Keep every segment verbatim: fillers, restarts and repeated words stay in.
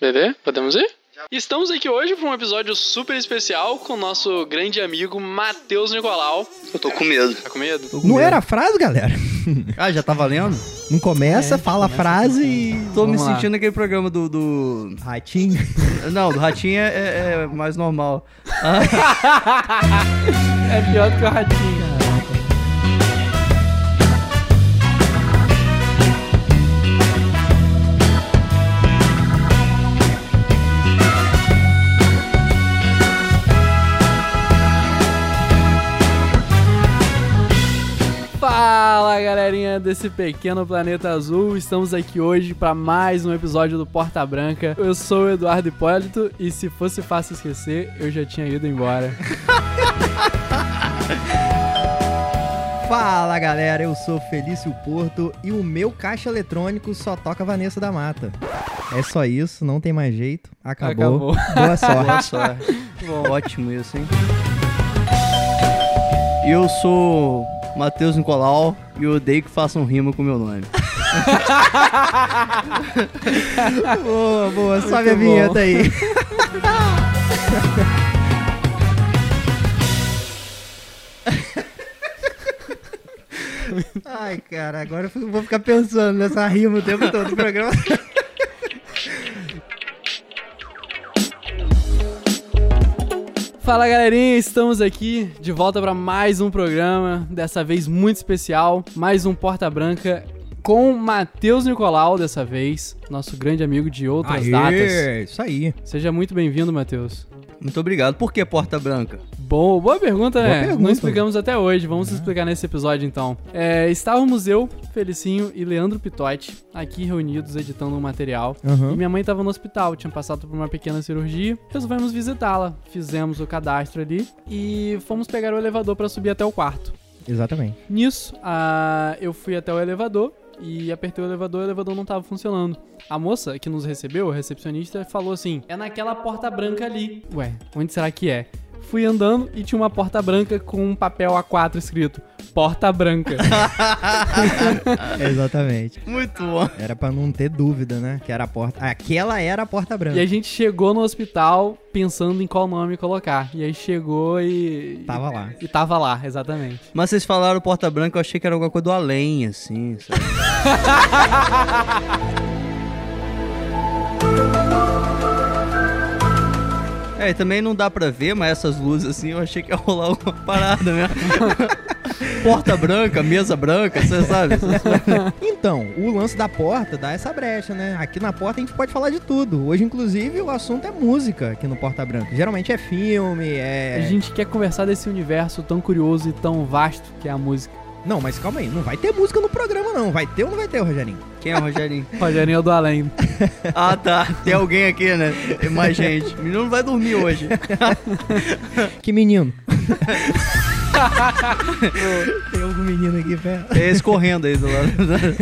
Beleza? Podemos ir? Estamos aqui hoje para um episódio super especial com o nosso grande amigo Matheus Nicolau. Eu tô com medo. Tá com medo? Com Não medo. Era a frase, galera? Ah, já tá valendo? Não começa, É, fala começa a frase e... Tô Vamos me lá. sentindo naquele programa do... do... Ratinho. Não, do Ratinho é, é mais normal. É pior do que o Ratinho. Fala, galerinha desse pequeno planeta azul, estamos aqui hoje para mais um episódio do Porta Branca. Eu sou o Eduardo Hipólito e se fosse fácil esquecer, eu já tinha ido embora. Fala, galera, eu sou Felício Porto e o meu caixa eletrônico só toca Vanessa da Mata. É só isso, não tem mais jeito, acabou. Acabou. Boa sorte. Boa sorte. Bom. Ótimo isso, hein? E eu sou Matheus Nicolau e eu odeio que façam rima com o meu nome. Boa, boa, sobe a bom. vinheta aí. Ai, cara, agora eu vou ficar pensando nessa rima o tempo todo do programa. Fala, galerinha, estamos aqui de volta para mais um programa, dessa vez muito especial, mais um Porta Branca com Matheus Nicolau dessa vez, nosso grande amigo de outras Aê, datas. isso aí. Seja muito bem-vindo, Matheus. Muito obrigado. Por que Porta Branca? Bom, boa pergunta, Boa né? pergunta. Não explicamos até hoje, vamos explicar nesse episódio então. É, estávamos eu, Felicinho e Leandro Pitotti aqui reunidos editando um material. Uhum. E minha mãe estava no hospital, tinha passado por uma pequena cirurgia. Resolvemos visitá-la, fizemos o cadastro ali e fomos pegar o elevador para subir até o quarto. Exatamente. Nisso, a... eu fui até o elevador e apertei o elevador e o elevador não estava funcionando. A moça que nos recebeu, a recepcionista, falou assim: é naquela porta branca ali. Ué, onde será que é? Fui andando e tinha uma porta branca com um papel A quatro escrito Porta Branca. Exatamente. Muito bom. Era pra não ter dúvida, né? Que era a porta. Aquela era a porta branca. E a gente chegou no hospital pensando em qual nome colocar. E aí chegou e... Tava lá. E tava lá, exatamente. Mas vocês falaram Porta Branca, eu achei que era alguma coisa do além, assim, sabe? É, e também não dá pra ver, mas essas luzes assim, eu achei que ia rolar alguma parada mesmo. Porta branca, mesa branca, você sabe? Então, o lance da porta dá essa brecha, né? Aqui na porta a gente pode falar de tudo. Hoje, inclusive, o assunto é música aqui no Porta Branca. Geralmente é filme, é... A gente quer conversar desse universo tão curioso e tão vasto que é a música. Não, mas calma aí, não vai ter música no programa, não. Vai ter ou não vai ter, Rogerinho? Quem é o Rogerinho? Rogerinho do Além. Ah, tá. Tem alguém aqui, né? Tem mais gente. O menino não vai dormir hoje. Que menino? Tem algum menino aqui perto? É esse correndo aí do lado.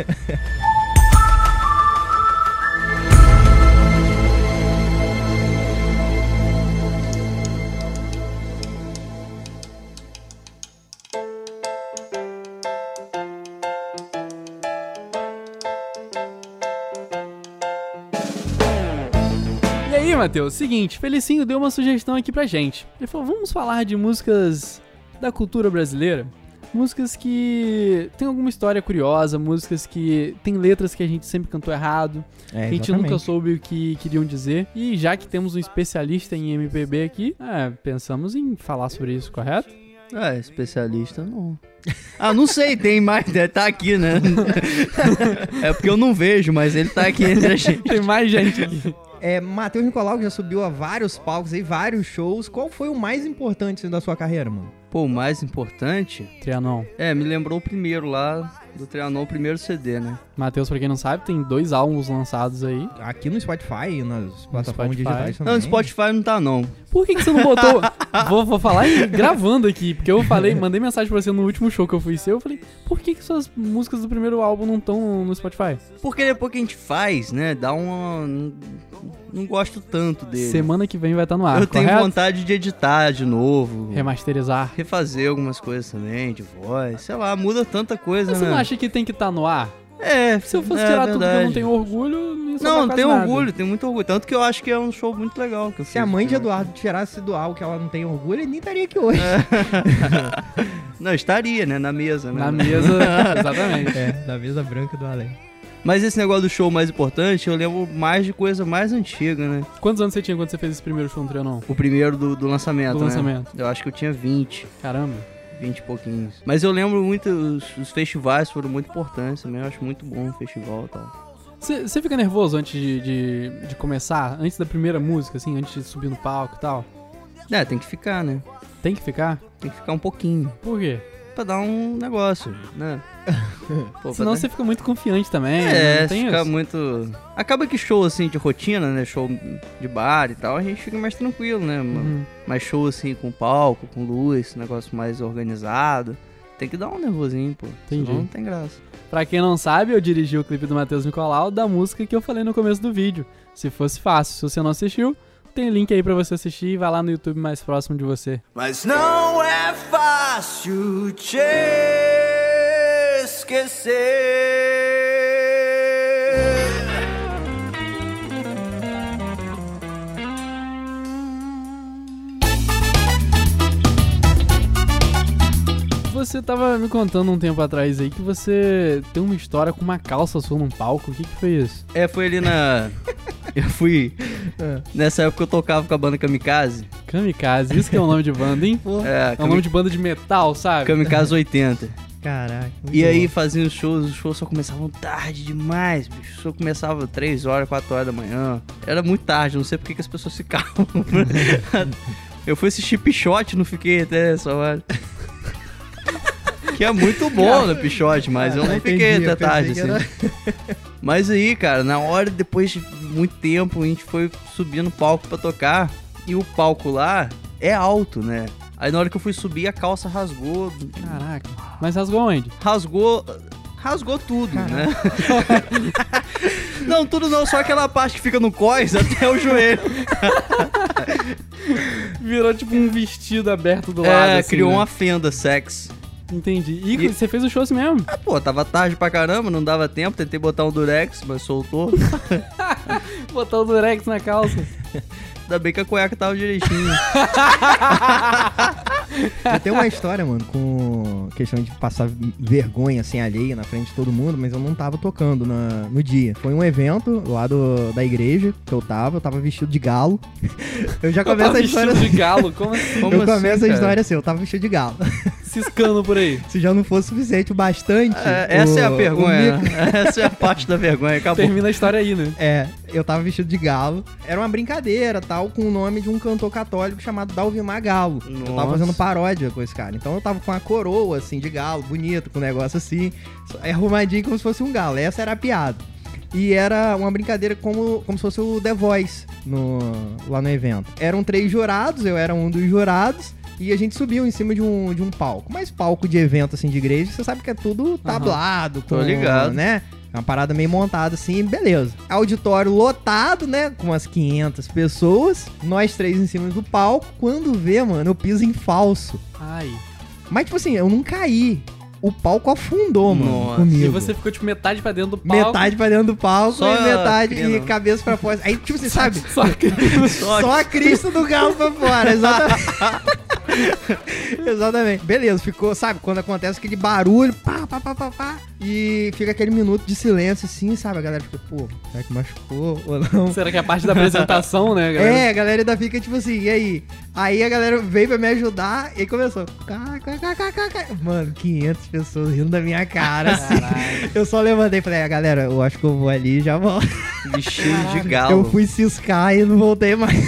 E aí, Matheus, seguinte, Felicinho deu uma sugestão aqui pra gente. Ele falou, vamos falar de músicas da cultura brasileira? Músicas que tem alguma história curiosa, músicas que tem letras que a gente sempre cantou errado, É, a gente nunca soube o que queriam dizer. E já que temos um especialista em M P B aqui, é, pensamos em falar sobre isso, correto? Ah, especialista não. Ah, não sei, tem mais, deve tá aqui, né? É porque eu não vejo, mas ele tá aqui entre a gente. Tem mais gente aqui. É, Matheus Nicolau, que já subiu a vários palcos aí, vários shows. Qual foi o mais importante da sua carreira, mano? Pô, o mais importante... Trianon. É, me lembrou o primeiro lá, do Trianon, o primeiro C D, né? Matheus, pra quem não sabe, tem dois álbuns lançados aí. Aqui no Spotify e nas plataformas Spotify. digitais também. Não, no Spotify não tá, não. Por que, que você não botou? vou, vou falar em- gravando aqui, porque eu falei, mandei mensagem pra você no último show que eu fui seu. Eu falei, por que, que suas músicas do primeiro álbum não estão no Spotify? Porque depois que a gente faz, né, dá uma... Não, não gosto tanto dele. Semana que vem vai estar no ar, Eu tenho correto? vontade de editar de novo. Remasterizar. Refazer algumas coisas também, de voz. Sei lá, muda tanta coisa, Mas você né? não acha que tem que estar no ar? É, Se eu fosse é tirar tudo que eu não verdade. tenho orgulho, sobrar Não, quase tenho nada. orgulho, tenho muito orgulho. Tanto que eu acho que é um show muito legal. Que eu Se fiz, a mãe de né? Eduardo tirasse do algo que ela não tem orgulho, ele nem estaria aqui hoje. Não, estaria, né? Na mesa, né? Na mesa, exatamente. É, da mesa branca do além. Mas esse negócio do show mais importante, eu lembro mais de coisa mais antiga, né? Quantos anos você tinha quando você fez esse primeiro show no Trianon? O primeiro do, do lançamento, Do né? lançamento. Eu acho que eu tinha vinte, Caramba. vinte e pouquinhos. Mas eu lembro muito, os, os festivais foram muito importantes também. Eu acho muito bom o festival e tal. Você fica nervoso antes de, de, de começar? Antes da primeira música, assim? Antes de subir no palco e tal? É, tem que ficar, né? Tem que ficar? Tem que ficar um pouquinho. Por quê? Pra dar um negócio, né? Pô, Senão pra você fica muito confiante também. É, não tem fica isso? muito... Acaba que show, assim, de rotina, né? Show de bar e tal, a gente fica mais tranquilo, né? Uhum. Mais show, assim, com palco, com luz, negócio mais organizado. Tem que dar um nervosinho, pô. Entendi. Senão não tem graça. Pra quem não sabe, eu dirigi o clipe do Matheus Nicolau da música que eu falei no começo do vídeo. Se fosse fácil, se você não assistiu, tem link aí pra você assistir e vai lá no YouTube mais próximo de você. Mas não é fácil te esquecer. Você tava me contando um tempo atrás aí que você tem uma história com uma calça sua num palco. O que que foi isso? É, foi ali na... Eu fui... É. Nessa época eu tocava com a banda Kamikaze. Kamikaze, isso que é um nome de banda, hein? É, É um nome de banda de metal, sabe? Kamikaze oitenta. Caraca. muito E aí bom. fazia os shows, os shows só começavam tarde demais, bicho. O show começava três horas, quatro horas da manhã. Era muito tarde, não sei por que que as pessoas ficavam. Eu fui assistir Pichote, não fiquei até essa hora. Que é muito bom no Pichote, mas eu não Ah, fiquei entendi, eu até tarde, pensei assim. que Mas aí, cara, na hora, depois de muito tempo, a gente foi subir no palco pra tocar. E o palco lá é alto, né? Aí na hora que eu fui subir, a calça rasgou. Caraca. Mas rasgou onde? Rasgou. Rasgou tudo, né? Não, tudo não, só aquela parte que fica no cós até o joelho. Virou tipo um vestido aberto do lado, É, assim, criou né? uma fenda sex. Entendi. E, E- você fez o show assim mesmo? Ah, pô, tava tarde pra caramba, não dava tempo, tentei botar um durex, mas soltou. Botar o durex na calça. Ainda bem que a cueca tava direitinho. Eu tenho uma história, mano, com questão de passar vergonha, assim, alheia na frente de todo mundo, mas eu não tava tocando na, no dia. Foi um evento lá do, da igreja que eu tava, eu tava vestido de galo. Eu já começo a história Vestido assim. de galo, como assim? Como eu assim, começo a cara? história assim, eu tava vestido de galo. Ciscando por aí. Se já não fosse suficiente o bastante. É, essa o- é a o vergonha, mico- né? Essa é a parte da vergonha, acabou. Termina a história aí, né? É, eu tava vestido de galo. Era uma brincadeira, tal, com o nome de um cantor católico chamado Dalvimar Galo. Eu tava Nossa. fazendo paródia com esse cara. Então eu tava com a coroa, assim, de galo, bonito, com um negócio assim, arrumadinho como se fosse um galo. Essa era a piada. E era uma brincadeira como, como se fosse o The Voice no, lá no evento. Eram três jurados, eu era um dos jurados. E a gente subiu em cima de um, de um palco. Mas palco de evento, assim, de igreja, você sabe que é tudo tablado. Tô com, ligado. Né? É uma parada meio montada assim, beleza. Auditório lotado, né? Com umas quinhentas pessoas. Nós três em cima do palco. Quando vê, mano, eu piso em falso. Ai. Mas, tipo assim, eu não caí. O palco afundou, mano, Nossa. comigo. E você ficou tipo metade pra dentro do palco. Metade pra dentro do palco Só e metade crina. e cabeça pra fora. Aí, tipo, você sabe? Só que... Só Só a Cristo do galo pra fora, exatamente. Exatamente. Beleza, ficou, sabe, quando acontece aquele barulho, pá, pá, pá, pá, pá, e fica aquele minuto de silêncio assim, sabe? A galera fica, pô, será que machucou ou não? Será que é a parte da apresentação, né, galera? É, a galera ainda fica tipo assim, e aí? Aí a galera veio pra me ajudar e começou. Cá, cá, cá, cá, cá, cá. Mano, quinhentas pessoas rindo da minha cara, assim. Caralho. Eu só levantei e falei, ah, galera, eu acho que eu vou ali e já volto. vestido de galo. Eu fui ciscar e não voltei mais.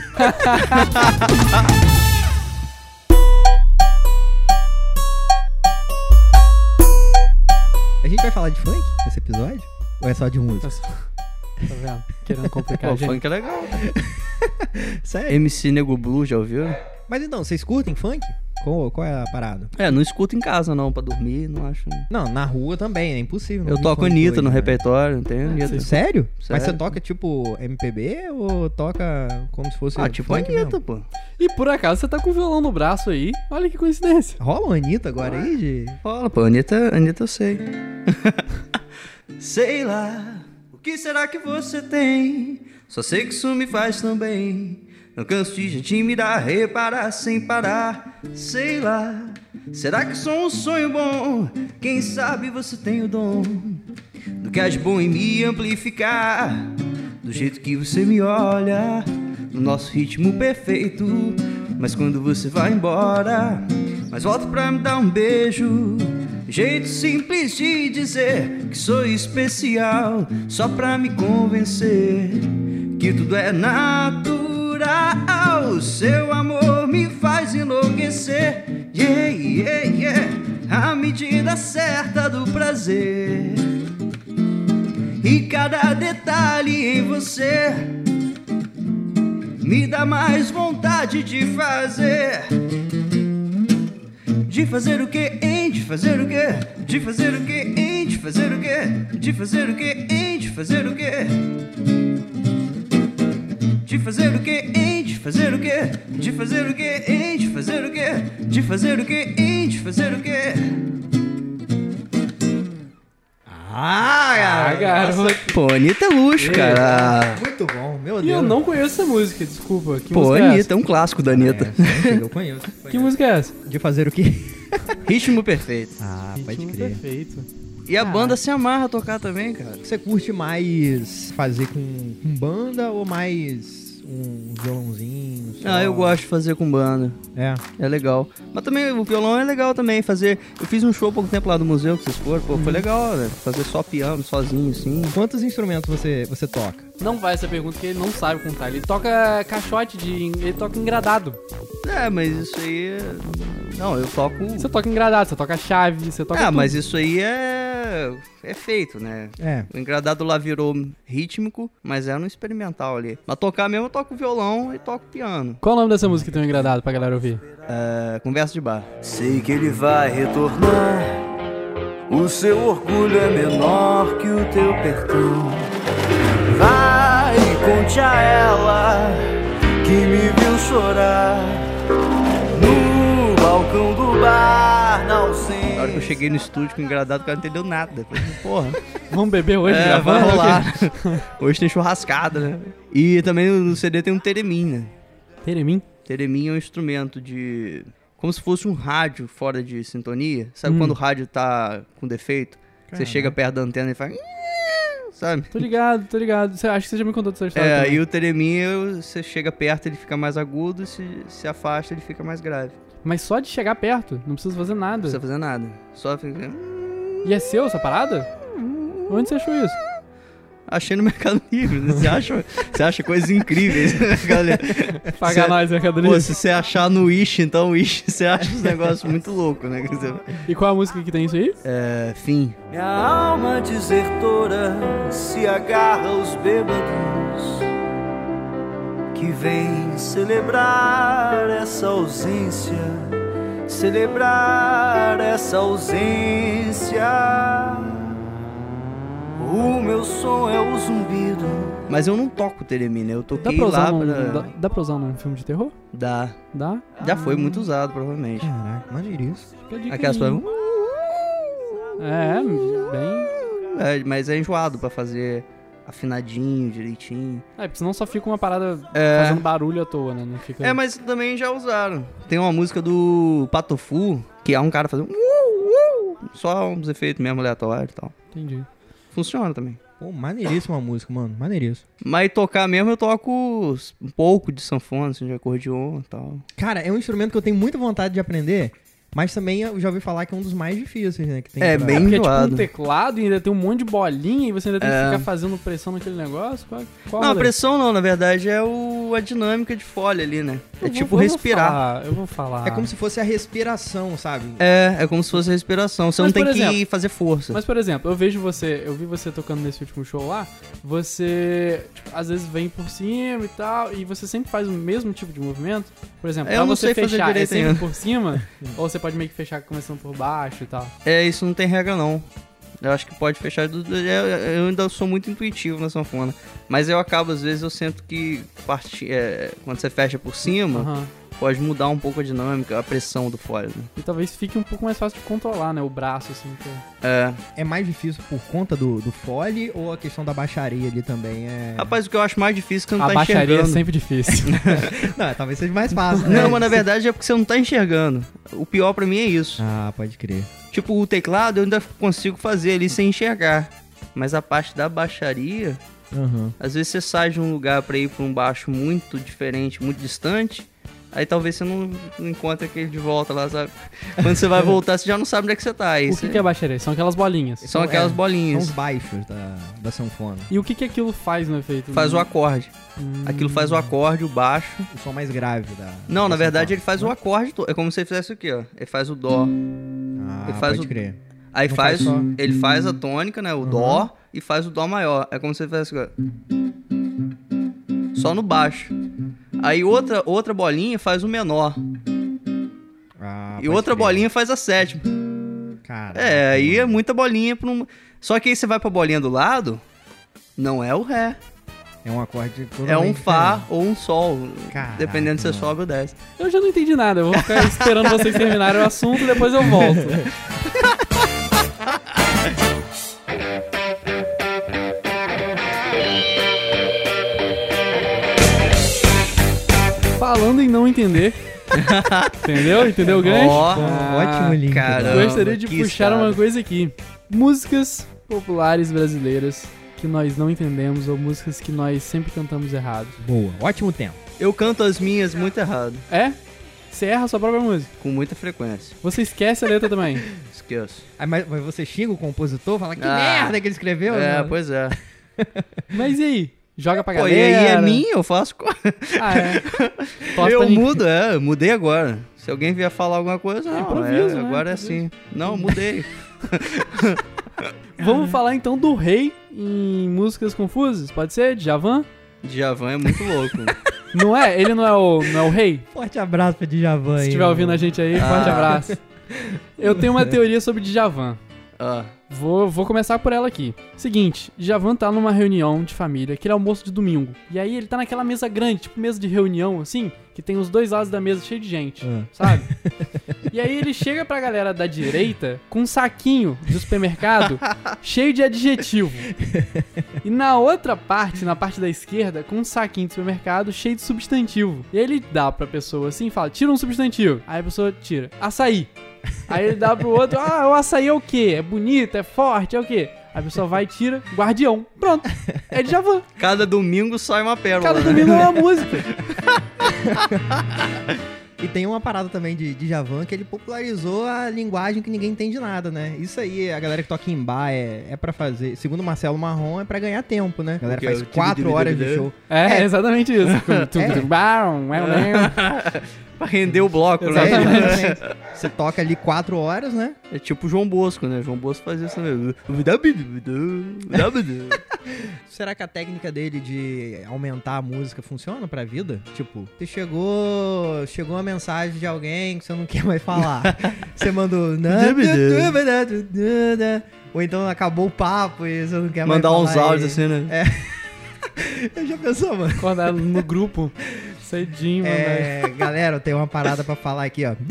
A gente vai falar de funk nesse episódio? Ou é só de música? Tá vendo? Querendo complicar Pô, a gente. funk é legal. Sério? M C Nego Blue, já ouviu? Mas então, vocês curtem funk? Qual, qual é a parada? É, não escuto em casa não, pra dormir, não acho. Não, na rua também, é impossível. não Eu ouvir toco funk Anitta hoje, no né? repertório, não tem Anitta. Sim. Sério? Mas Sério. você toca tipo M P B ou toca como se fosse Ah, tipo funk Anitta, mesmo? pô. E por acaso você tá com o violão no braço aí. Olha que coincidência. Rola uma Anitta agora aí de... Fala, pô, Anitta, Anitta eu sei. Sei lá o que será que você tem? Só sei que isso me faz tão bem. Não canso de te mirar, reparar sem parar. Sei lá, será que sou um sonho bom? Quem sabe você tem o dom do que há de bom em me amplificar. Do jeito que você me olha, no nosso ritmo perfeito. Mas quando você vai embora, mas volta pra me dar um beijo. Jeito simples de dizer que sou especial, só pra me convencer que tudo é natural. Seu amor me faz enlouquecer. Yeah, yeah, yeah. A medida certa do prazer. E cada detalhe em você me dá mais vontade de fazer. De fazer o que, hein? De fazer o que? De fazer o que, hein? De fazer o que? De fazer o que, hein? De fazer o que? De fazer o que, hein? De fazer o que? De fazer o que, hein? De fazer o que? De fazer o que, hein? De fazer o que? Ah, Ah, garoto. Pô, Anitta é luxo, cara. Muito bom, meu E Deus. eu não conheço essa música, desculpa. Que Pô, música é Anitta essa? é um clássico da Anitta. É, sim, eu conheço. Que música é essa? De fazer o quê? Ritmo perfeito. Ah, pode Ritmo crer. Perfeito. E a Caraca. banda se amarra a tocar também, cara. Você curte mais fazer com, com banda ou mais um violãozinho? só? Ah, eu gosto de fazer com banda. É. É legal. Mas também o violão é legal também. Fazer. Eu fiz um show há pouco tempo lá do museu que vocês foram. Pô, foi legal, né? Fazer só piano, sozinho, assim. Quantos instrumentos você, você toca? Não vai essa pergunta que ele não sabe contar. Ele toca caixote de. Ele toca engradado. É, mas isso aí. é- Não, eu toco. Você toca engradado, você toca chave, você toca. Ah, tudo. mas isso aí é. É feito, né? É. O engradado lá virou rítmico, mas é no experimental ali. Mas tocar mesmo eu toco violão e toco piano. Qual o nome dessa música que tem um engradado pra galera ouvir? É, conversa de bar. Sei que ele vai retornar. O seu orgulho é menor que o teu perdão. Vai, conte a ela que me viu chorar no balcão do bar, na ausência. Na hora que eu cheguei no estúdio com o engradado, o cara não entendeu nada. Eu falei, porra. Vamos beber hoje, É, gravando? vai rolar. Hoje tem churrascada, né? E também no C D tem um teremin, né? Teremin? Teremin é um instrumento de... Como se fosse um rádio fora de sintonia. Sabe Hum. quando o rádio tá com defeito? Você Caraca. chega perto da antena e faz... Sabe? Tô ligado, tô ligado. Você, acho que você já me contou dessa história. É, também. e o teremin, eu- você chega perto, ele fica mais agudo, se, se afasta, ele fica mais grave. Mas só de chegar perto, não precisa fazer Não nada. precisa fazer nada. Só fica... E é seu essa parada? Onde você achou isso? Achei no Mercado Livre, né? Você acha, você acha coisas incríveis, né, galera? Paga Cê- nós, Mercado Pô, Livre. se você achar no Wish, então Wish, você acha os negócios muito loucos, né? Quer dizer, E qual a música que tem isso aí? é, fim. Minha alma desertora se agarra aos bêbados que vem celebrar essa ausência, celebrar essa ausência. O meu som é o zumbido. Mas eu não toco teremin, né? Eu Dá toquei pra, usar lá num, pra... dá, dá pra usar num filme de terror? Dá. Dá? Já foi muito usado, provavelmente. Caraca, maneiríssimo. Fica a dica Aquelas aí. pessoas... É, bem... É, mas é enjoado pra fazer afinadinho, direitinho. É, porque senão só fica uma parada É. fazendo barulho à toa, né? Não fica... É, mas também já usaram. Tem uma música do Patofu, que é um cara fazendo... uh, uh, Só uns efeitos mesmo aleatórios e tal. Entendi. Funciona também. Pô, maneiríssima a música, mano. Maneiríssimo. Mas tocar mesmo eu toco um pouco de sanfona, assim, de acordeon e tal. Cara, é um instrumento que eu tenho muita vontade de aprender, mas também eu já ouvi falar que é um dos mais difíceis, né? Que tem É, pra- bem- Porque é tipo um enjoado. teclado e ainda tem um monte de bolinha e você ainda tem que É. ficar fazendo pressão naquele negócio. Qual, qual Não, a rolê? pressão não, na verdade é o, a dinâmica de folha ali, né? É Eu vou- tipo eu vou respirar. falar, eu vou falar. É como se fosse a respiração, sabe? É, é como se fosse respiração. Você Mas, não tem por que exemplo, fazer força. Mas, por exemplo, eu vejo você, eu vi você tocando nesse último show lá, você, tipo, às vezes vem por cima e tal, e você sempre faz o mesmo tipo de movimento. Por exemplo, Eu pra não você sei fazer fechar, é direito sempre ainda. por cima, ou você pode meio que fechar começando por baixo e tal. É, isso não tem regra não. Eu acho que pode fechar. do- do- Eu eu ainda sou muito intuitivo na sanfona. Mas eu acabo, às vezes, eu sinto que parti, é, quando você fecha por cima, Aham. pode mudar um pouco a dinâmica, a pressão do fole, né? E talvez fique um pouco mais fácil de controlar, né? O braço, assim. Que... É. É mais difícil por conta do, do fole ou a questão da baixaria ali também é... Rapaz, o que eu acho mais difícil é que você não A tá baixaria enxergando. é sempre difícil. Não, talvez seja mais fácil, né? Não, mas na verdade é porque você não tá enxergando. O pior pra mim é isso. Ah, pode crer. Tipo, o teclado eu ainda consigo fazer ali sem enxergar. Mas a parte da baixaria, Uhum. às vezes você sai de um lugar pra ir pra um baixo muito diferente, muito distante, aí talvez você não, não encontre aquele de volta lá, sabe? Quando você vai voltar, você já não sabe onde é que você tá. Aí O você... que, que é baixaria? São aquelas bolinhas. São aquelas é, bolinhas. São os baixos da, da sanfona. E o que, que aquilo faz no efeito? Faz o acorde. Hum. Aquilo faz o acorde, o baixo. O som mais grave da... Não, da na verdade sanfona. ele faz o acorde todo. É como se ele fizesse o quê, ó? Ele faz o dó. Ah, ele faz pode o- crer. Aí Não faz, faz só. ele faz a tônica, né? O Uhum. dó e faz o dó maior. É como se ele fizesse ó. Só no baixo. Aí outra, outra bolinha faz o menor. Ah, E pode outra crer. bolinha faz a sétima. Cara. É, aí é muita bolinha pra um... Só que aí você vai pra bolinha do lado, não é o ré. É um acorde totalmente É um fá diferente. ou um sol. Caraca, dependendo se você mano. sobe ou desce. Eu já não entendi nada. Eu vou ficar esperando vocês terminarem o assunto e depois eu volto. Falando em não entender. Entendeu? Entendeu o gancho? Ó, Ah, Ótimo link. caramba. Gostaria de que puxar uma estado. coisa aqui. Músicas populares brasileiras que nós não entendemos ou músicas que nós sempre cantamos errado. Boa, ótimo tempo. Eu canto as minhas muito errado, É? Você erra a sua própria música. com muita frequência. Você esquece a letra também. Esqueço. Ah, mas, mas você xinga o compositor, fala que Ah. merda que ele escreveu? É, Não. pois é. Mas e aí? Joga pra Pô, galera? e aí é minha, eu faço... co- Ah, é. Torce eu pra ninguém. mudo, é, eu mudei agora. Se alguém vier falar alguma coisa, não, improviso, é, né? agora é Improviso. assim. Não, mudei. Vamos falar então do rei em músicas confusas? Pode ser? Djavan? Djavan é muito louco. Não é? Ele não é o, não é o rei? Forte abraço pra Djavan Se aí. estiver ouvindo a gente aí, forte Ah. abraço. Eu tenho uma teoria sobre Djavan. Ah, Vou, vou começar por ela aqui. Seguinte, Djavan tá numa reunião de família, aquele almoço de domingo. E aí ele tá naquela mesa grande, tipo mesa de reunião, assim, que tem os dois lados da mesa cheio de gente, Ah. sabe? E aí ele chega pra galera da direita com um saquinho de supermercado cheio de adjetivo. E na outra parte, na parte da esquerda, com um saquinho de supermercado cheio de substantivo. E aí ele dá pra pessoa assim e fala, tira um substantivo. Aí a pessoa tira, açaí. Aí ele dá pro outro, ah, o açaí é o quê? É bonito, é forte, é o quê? Aí a pessoa vai e tira, guardião. Pronto, é Djavan. cada domingo sai uma pérola. Cada né? domingo é uma música. E tem uma parada também de Djavan que ele popularizou a linguagem que ninguém entende nada, né? Isso aí, a galera que toca em bar é, é pra fazer, segundo o Marcelo Marrom, é pra ganhar tempo, né? A galera O quê? faz O quatro tibi-dibi-dibi-dibi? horas de show. É, é exatamente isso. Pra render o bloco, né? É, Exatamente. exatamente. Você toca ali quatro horas, né? É tipo o João Bosco, né? João Bosco faz isso também. Será que a técnica dele de aumentar a música funciona pra vida? Tipo, você chegou, chegou uma mensagem de alguém que você não quer mais falar. Você mandou... Ou então acabou o papo e você não quer Mandar mais uns falar. áudios e- assim, né? Eu já pensou, mano? Acordar no grupo, cedinho, mano. É, galera, eu tenho uma parada pra falar aqui, ó.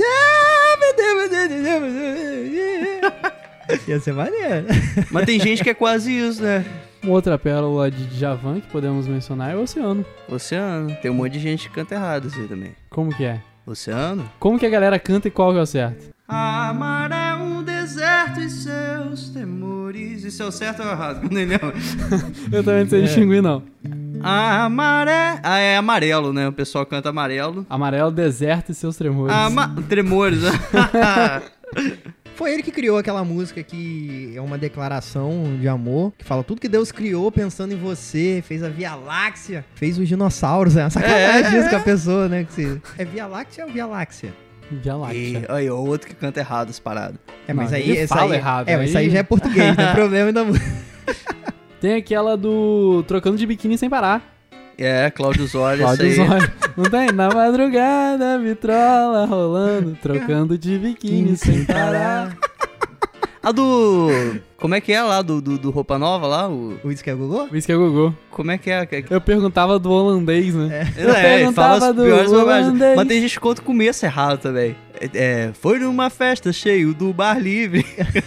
Ia ser maneiro. Mas tem gente que é quase isso, né? Uma outra pérola de Djavan que podemos mencionar é o Oceano. Oceano. Tem um monte de gente que canta errado assim também. Como que é? Oceano? Como que a galera canta e qual que é o certo? Amar é um deserto e seus temores. Isso é o certo ou errado? Não lembro. Eu também não sei distinguir, não. Amar é... Ah, é amarelo, né? O pessoal canta amarelo. Amarelo, deserto e seus tremores. Ama... Tremores, né? Foi ele que criou aquela música que é uma declaração de amor, que fala tudo que Deus criou pensando em você, fez a Via Láctea, fez os dinossauros, é uma sacanagem É, isso é. com a pessoa, né? Que se... É Via Láctea ou Via Láctea? Via Láctea. E aí, o outro que canta errado as paradas. É, mas Não, aí... ele essa fala aí, errado, É, mas isso aí- aí já é português, não é problema da música. Tem aquela do Trocando de Biquíni Sem Parar. É, Cláudio Zólia, Cláudio isso aí. Zóio. Não tem? Na madrugada, vitrola rolando, trocando de biquíni sem parar. A do... Como é que é lá, do, do, do Roupa Nova lá? O... O Whisky é Gogô? Whisky é Gogô. Como é que é? Eu perguntava do holandês, né? É, Eu ele fala perguntava as do piores bobagens. holandês. Mas tem gente que conta o começo errado também. É, é, foi numa festa cheio do bar livre.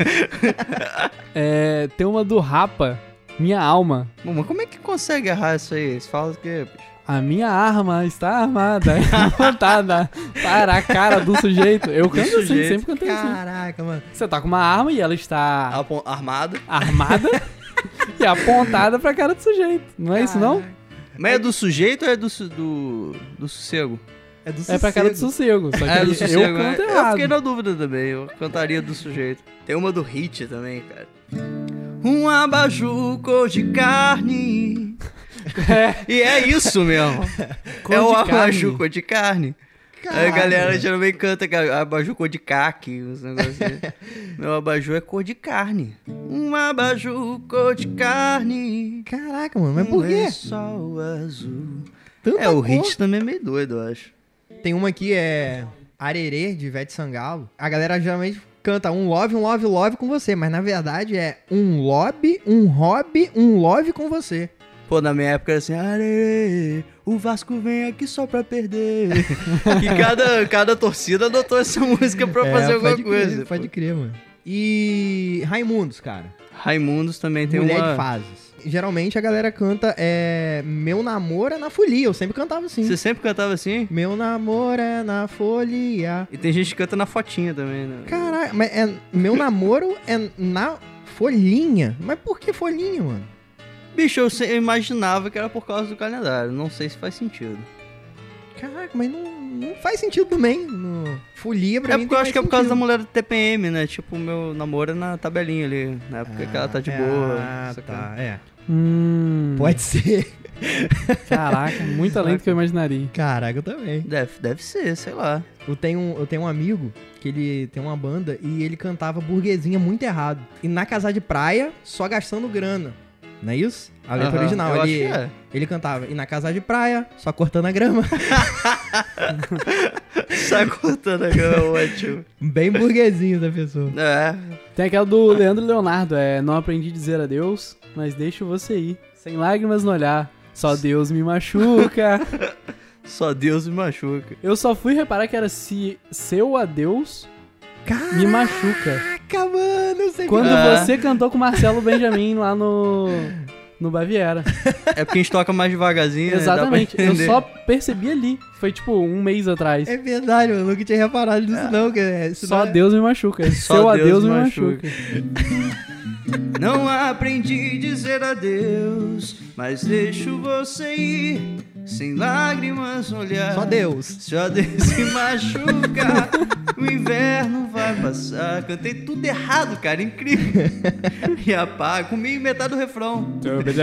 É, tem uma do Rapa, Minha Alma. Bom, mas como é que consegue errar isso aí? Você fala o quê, bicho? A minha arma está armada, montada para a cara do sujeito. Eu canto assim, sujeito. sempre cantei assim. Caraca, mano. Você tá com uma arma e ela está Apo- Armado. armada e apontada pra cara do sujeito. Não é isso, não? Mas é do sujeito ou é do, su- do, do sossego? É do É pra cara do sossego. sossego. Só que É do eu sossego, né? canto Eu errado. fiquei na dúvida também. Eu cantaria do sujeito. Tem uma do hit também, cara. Um abajur cor de carne. E é isso mesmo. Cor é de o carne. abajur cor de carne. Aí a Caralho. galera geralmente canta que a- abajur cor de caque, uns negócios assim. Meu abajur é cor de carne. Um abajur cor de carne. Caraca, mano, mas um por quê? lençol azul. Tanta É, o cor. hit também é meio doido, eu acho. Tem uma que é Arerê, de Ivete Sangalo. A galera geralmente canta um love, um love, love com você. Mas na verdade é um lobby, um hobby, um love com você. Pô, na minha época era assim, Arê, o Vasco vem aqui só pra perder. E cada, cada torcida adotou essa música pra É, fazer alguma pode coisa. Crer, pode crer, mano. E Raimundos, cara. Raimundos também tem Mulher uma... de fases. Geralmente a galera canta é, Meu namoro é na folia. Eu sempre cantava assim. Você sempre cantava assim? Meu namoro é na folia. E tem gente que canta na fotinha também, né? Caralho, mas é, meu namoro é na folhinha? Mas por que folhinha, mano? Bicho, eu, se- eu imaginava que era por causa do calendário. Não sei se faz sentido. Caraca, mas não, não faz sentido também. No... Folia pra É mim porque eu tem acho que é mais por causa da sentido. mulher do T P M, né? Tipo, o meu namoro é na tabelinha ali. Na época que ela tá de boa. Ah, saca? tá, é. Hum, Pode ser. Caraca, muito além do que eu imaginaria. Caraca, eu também. Deve, deve ser, sei lá. Eu tenho, um- eu tenho um amigo que ele tem uma banda e ele cantava burguesinha muito errado. E na casa de praia, só gastando grana. Não é isso? A letra Aham, original. eu ele, acho que é. ele cantava, e na casa de praia, só cortando a grama. Sai cortando a grama, ótimo. Bem burguesinho da pessoa. É. Tem aquela do Leandro Leonardo, é Não aprendi a dizer adeus, mas deixo você ir. Sem lágrimas no olhar, só Deus me machuca. Só Deus me machuca. Eu só fui reparar que era se seu adeus me machuca. Caraca, mano, eu sei Quando Ah. você cantou com o Marcelo Benjamin lá no, no Baviera. É porque a gente toca mais devagarzinho, né? Exatamente. Dá pra Eu entender. só percebi ali. Foi tipo um mês atrás. É verdade, mano. Eu nunca tinha reparado nisso, não. Que é, isso Só não é- Deus me machuca. Só Seu Deus adeus me me machuca. machuca. Não aprendi a dizer adeus, mas deixo você ir, sem lágrimas no olhar. Só Deus. Só Deus se machuca, o inverno vai passar. Cantei tudo errado, cara, incrível. E apaga, comi metade do refrão.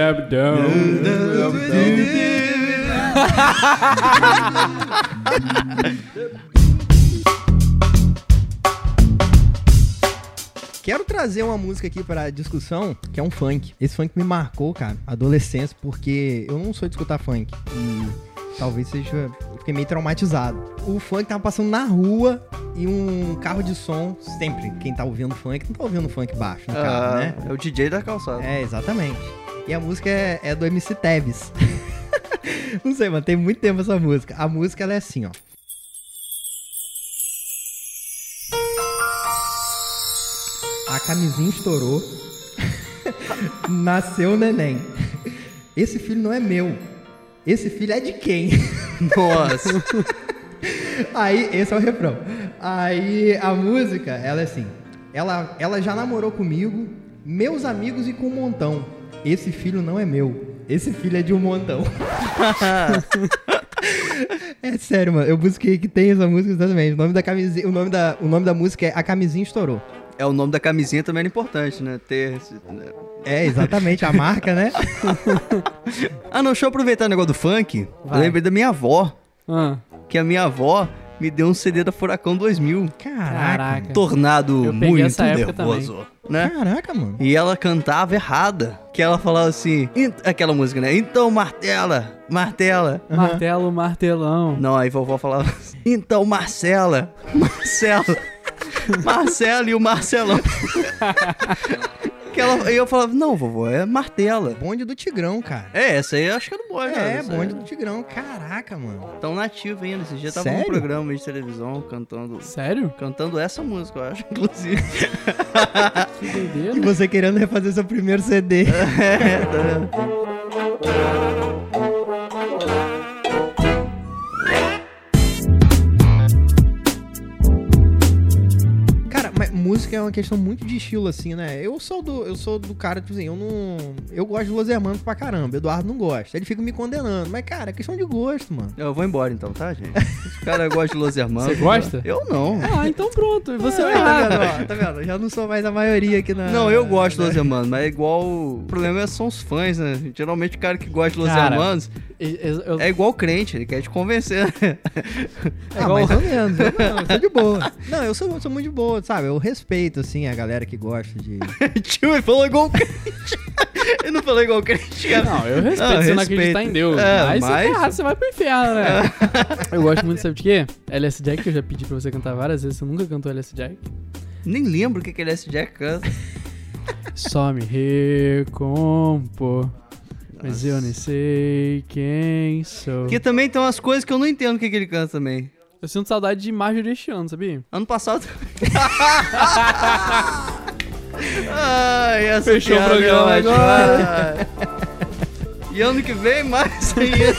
Quero trazer uma música aqui pra discussão, que é um funk. Esse funk me marcou, cara, adolescência, porque eu não sou de escutar funk. E talvez seja... Eu fiquei meio traumatizado. O funk tava passando na rua e um carro de som, sempre, quem tá ouvindo funk, não tá ouvindo funk baixo no carro, Ah, né? é o D J da calçada. É, exatamente. E a música é, é do M C Tevez. Não sei, mano, tem muito tempo essa música. A música, ela é assim, ó. A camisinha estourou. Nasceu o neném. Esse filho não é meu. Esse filho é de quem? Nossa. Aí, esse é o refrão. Aí, a música, ela é assim. Ela, ela já namorou comigo, meus amigos e com um montão. Esse filho não é meu. Esse filho é de um montão. É sério, mano. Eu busquei que tem essa música exatamente. O nome da camisinha, o nome da, o nome da música é A Camisinha Estourou. É, o nome da camisinha também era importante, né? Ter esse... né? É, exatamente, a marca, né? Ah, não, deixa eu aproveitar o negócio do funk. Vai. Eu lembrei da minha avó, Ah, que a minha avó me deu um C D da Furacão dois mil. Caraca. caraca. Tornado Eu peguei muito essa época nervoso, né? Caraca, mano. E ela cantava errada. Que ela falava assim... "Ent-" Aquela música, né? Então martela, martela. Martelo, martelão. Não, aí vovó falava assim... Então Marcela, Marcela. Marcelo e o Marcelão. Que ela, e eu falava, não, vovó, é Martela. Bonde do Tigrão, cara. É, essa aí eu acho que é do bonde. É, essa bonde aí. do Tigrão. Caraca, mano. Tão nativo ainda. Esse dia tava Sério? num programa de televisão cantando, Sério? cantando essa música, eu acho, inclusive. Que doideira. E você querendo refazer seu primeiro C D. É, tá vendo? Cara, mas música é uma questão muito de estilo, assim, né? Eu sou do, eu sou do cara, tipo assim, eu não... Eu gosto de Los Hermanos pra caramba. Eduardo não gosta. Ele fica me condenando. Mas, cara, é questão de gosto, mano. Eu vou embora então, tá, gente? Os caras gostam de Los Hermanos. Você gosta? Eu não. Ah, então pronto. Você é tá errado. vendo? Ó, tá vendo? Eu já não sou mais a maioria aqui na... Não, eu gosto de Los Hermanos, mas é igual... O problema é são os fãs, né? Geralmente o cara que gosta de Los Cara, Hermanos Eu- eu- eu- é igual crente, ele quer te convencer. é Ah, igual- mais ou menos. Eu não, eu sou de boa. Não, eu sou, eu sou muito de boa, sabe? Eu respeito, assim, a galera que gosta de... Tio, ele falou igual crente. Ele não falou igual crente, cara. Não, eu respeito Não, você não respeito. acreditar em Deus. É, mas, mas- se tá errado, você vai pro inferno, né? Eu gosto muito, sabe de quê? L S Jack, que eu já pedi pra você cantar várias vezes. Você nunca cantou L S Jack? Nem lembro o que que ele é esse Jack canta. Só me recompor, mas eu nem sei quem sou. Porque também tem umas coisas que eu não entendo o que que ele canta também. Eu sinto saudade de Marjorie este ano, sabia? Ano passado... Ai, essa Fechou o piada programa é ótima. agora. E ano que vem, mais ainda.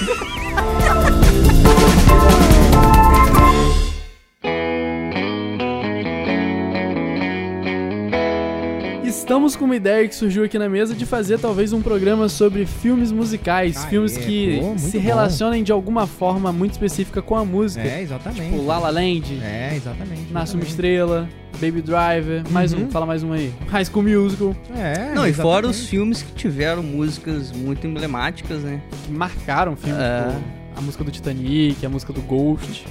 Estamos com uma ideia que surgiu aqui na mesa de fazer talvez um programa sobre filmes musicais. Aê, filmes que pô, muito se bom. relacionem de alguma forma muito específica com a música. É, exatamente. Tipo La La Land, É, exatamente. Nasce uma exatamente. Estrela, Baby Driver, mais Uhum. um, fala mais um aí. High School Musical, É, Não, e fora os exatamente. filmes que tiveram músicas muito emblemáticas, né? que marcaram filmes, É. tipo, a música do Titanic, a música do Ghost,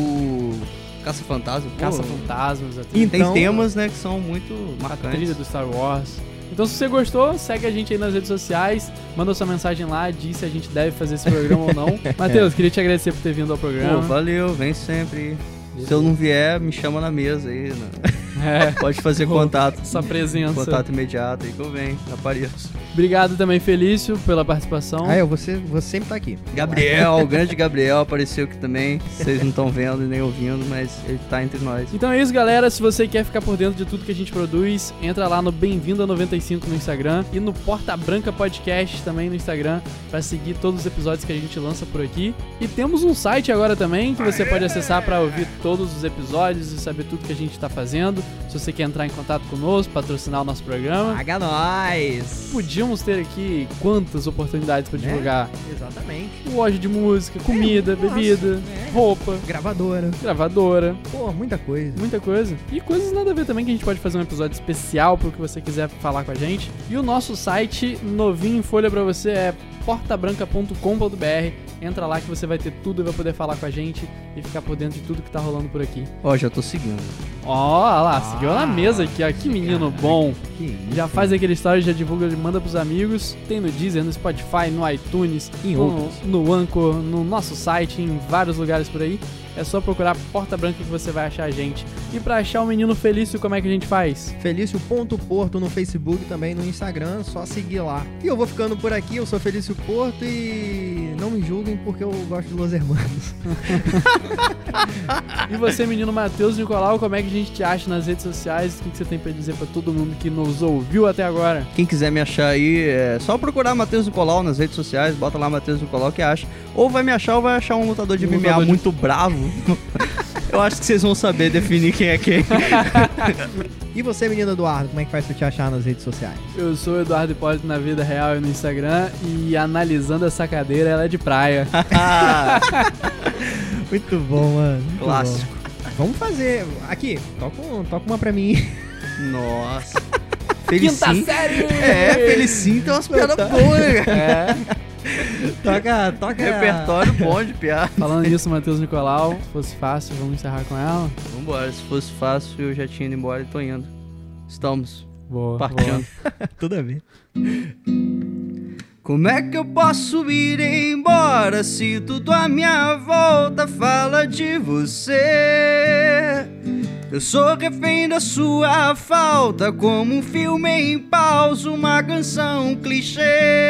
O Caça-Fantasma. pô, Caça-Fantasmas, a Tem trilha, Então- temas, né, que são muito a trilha marcantes. do Star Wars. Então se você gostou, segue a gente aí nas redes sociais, manda sua mensagem lá, diz se a gente deve fazer esse programa ou não. Matheus, queria te agradecer por ter vindo ao Pô, programa. valeu, vem sempre. Se eu não vier, me chama na mesa aí. Né? É, Pode fazer Pô, contato. sua presença. Contato imediato aí que eu venho, apareço. Obrigado também, Felício, pela participação. Ah, eu vou, ser, vou sempre estar aqui. Gabriel, o grande Gabriel apareceu aqui também. Vocês não estão vendo e nem ouvindo, mas ele tá entre nós. Então é isso, galera. Se você quer ficar por dentro de tudo que a gente produz, entra lá no Bem-vindo a noventa e cinco no Instagram e no Porta Branca Podcast também no Instagram pra seguir todos os episódios que a gente lança por aqui. E temos um site agora também que você pode acessar pra ouvir todos os episódios e saber tudo que a gente tá fazendo. Se você quer entrar em contato conosco, patrocinar o nosso programa, Paga nós! podíamos ter aqui quantas oportunidades pra Né? divulgar. Exatamente. Loja de música, comida, nossa, bebida, é. roupa, Gravadora. gravadora. Pô, muita coisa. Muita coisa. E coisas nada a ver também que a gente pode fazer um episódio especial pro que você quiser falar com a gente. E o nosso site novinho em folha pra você é porta branca ponto com ponto b r. Entra lá que você vai ter tudo e vai poder falar com a gente e ficar por dentro de tudo que tá rolando por aqui. Ó, já tô seguindo. Ó, olha lá, seguiu na mesa aqui, ó. Que menino bom. Que isso. Já faz aquele story, já divulga, manda pros amigos. Tem no Deezer, no Spotify, no iTunes, Em no, outros. no Anchor, no nosso site, em vários lugares por aí. É só procurar Porta Branca que você vai achar a gente. E pra achar o Menino Felício, como é que a gente faz? Felício.porto no Facebook, também no Instagram, só seguir lá. E eu vou ficando por aqui, eu sou Felício Porto e não me julguem porque eu gosto de Los Hermanos. E você, menino Matheus Nicolau, como é que a gente te acha nas redes sociais? O que que você tem pra dizer pra todo mundo que nos ouviu até agora? Quem quiser me achar aí, é só procurar Matheus Nicolau nas redes sociais, bota lá Matheus Nicolau que acha. Ou vai me achar ou vai achar um lutador de Um M M A lutador de- muito bravo. Eu acho que vocês vão saber definir quem é quem. E você, menino Eduardo, como é que faz pra te achar nas redes sociais? Eu sou o Eduardo Hipólito na vida real e no Instagram. E analisando essa cadeira, ela é de praia. Muito bom, mano. muito Clássico. bom. Vamos fazer. Aqui, toca, um- toca uma pra mim. Nossa. Quinta Felicinho. série! É, Felicinho tem umas piadas boas, né, cara? É. Toca, toca. Repertório bom de piada. Falando nisso, Matheus Nicolau, se fosse fácil, vamos encerrar com ela? Vambora, se fosse fácil eu já tinha ido embora e tô indo. Estamos Boa. partindo. Tudo a ver. Como é que eu posso ir embora se tudo à minha volta fala de você? Eu sou refém da sua falta, como um filme em pausa, uma canção clichê.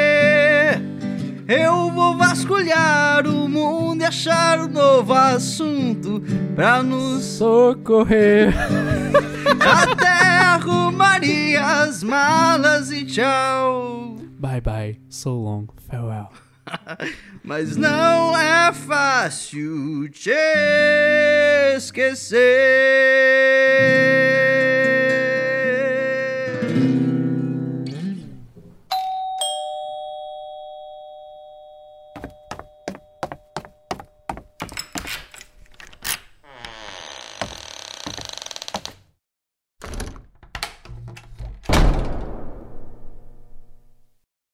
Eu vou vasculhar o mundo e achar um novo assunto pra nos socorrer. Até arrumaria as malas e tchau. Bye bye, so long, farewell. Mas não é fácil te esquecer.